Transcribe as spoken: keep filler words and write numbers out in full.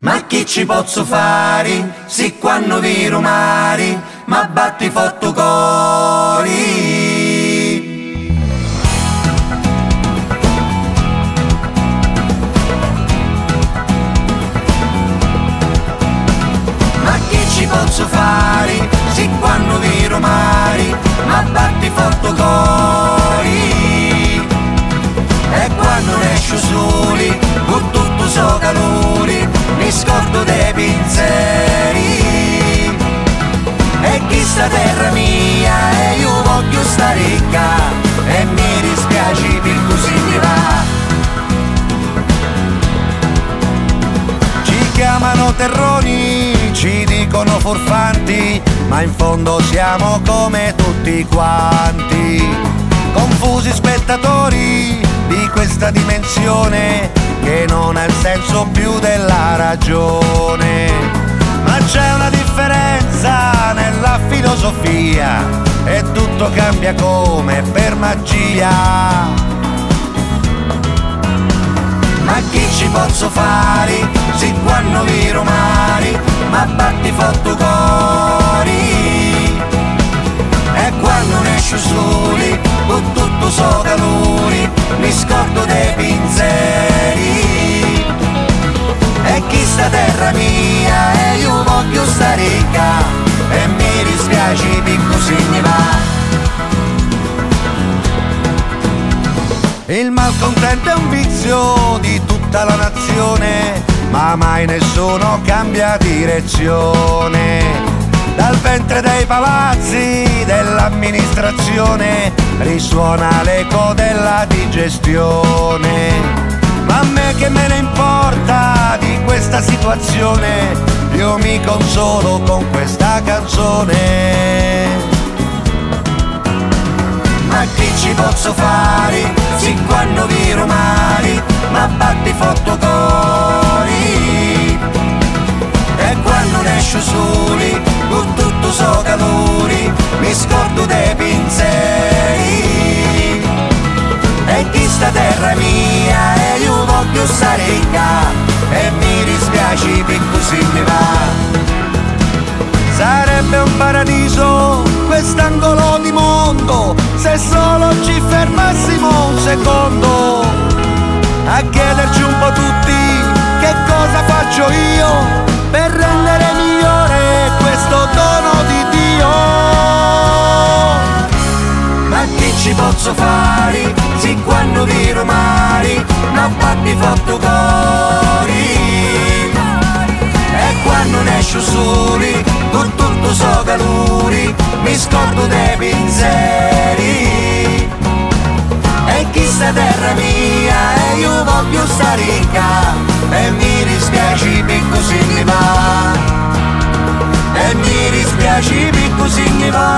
Ma chi ci posso fare, se quando viro mari, ma batti fatto cori. Ma chi ci posso fare, se quando viro mari, ma batti fatto cori. E quando esco soli, con tutto so calore, mi scordo dei pensieri. E chi sta terra mia e io voglio stare ricca, e mi dispiace per così mi va. Ci chiamano terroni, ci dicono furfanti, ma in fondo siamo come tutti quanti, confusi spettatori di questa dimensione che non ha il senso più della ragione. Ma c'è una differenza nella filosofia e tutto cambia come per magia. Ma chi ci posso fare, se quando viro mari, ma batti fatto cori. E quando ne esco soli, con tutto so calori, mi scordo dei pensieri. E chi sta terra mia e io voglio stare ricca, e mi dispiace per così mi va. Il malcontento è un vizio di tutta la nazione, ma mai nessuno cambia direzione. Dal ventre dei palazzi dell'amministrazione risuona l'eco della digestione. Ma a me che me ne importa di questa situazione, io mi consolo con questa canzone. Ma chi ci posso fare, se quando viro mari, ma batti fatto cori. E quando ne esco soli, con tutto so calori, mi scordo dei pensieri. E chi sta terra mia e io voglio stare ricca, e mi dispiace per così mi va. Sarebbe un paradiso quest'angolo di mondo, se solo ci fermassimo un secondo a chiederci un po' tutti che cosa faccio io per rendere migliore questo dono di Dio. Ma chi ci posso fare, se quando viro mari, ma batti fatto cori. E quando ne esco soli, con tutto so calori, mi scordo dei pensieri. E chi sta terra mia e io voglio stare ricca, e mi dispiace per così mi va. E mi dispiace per così mi va.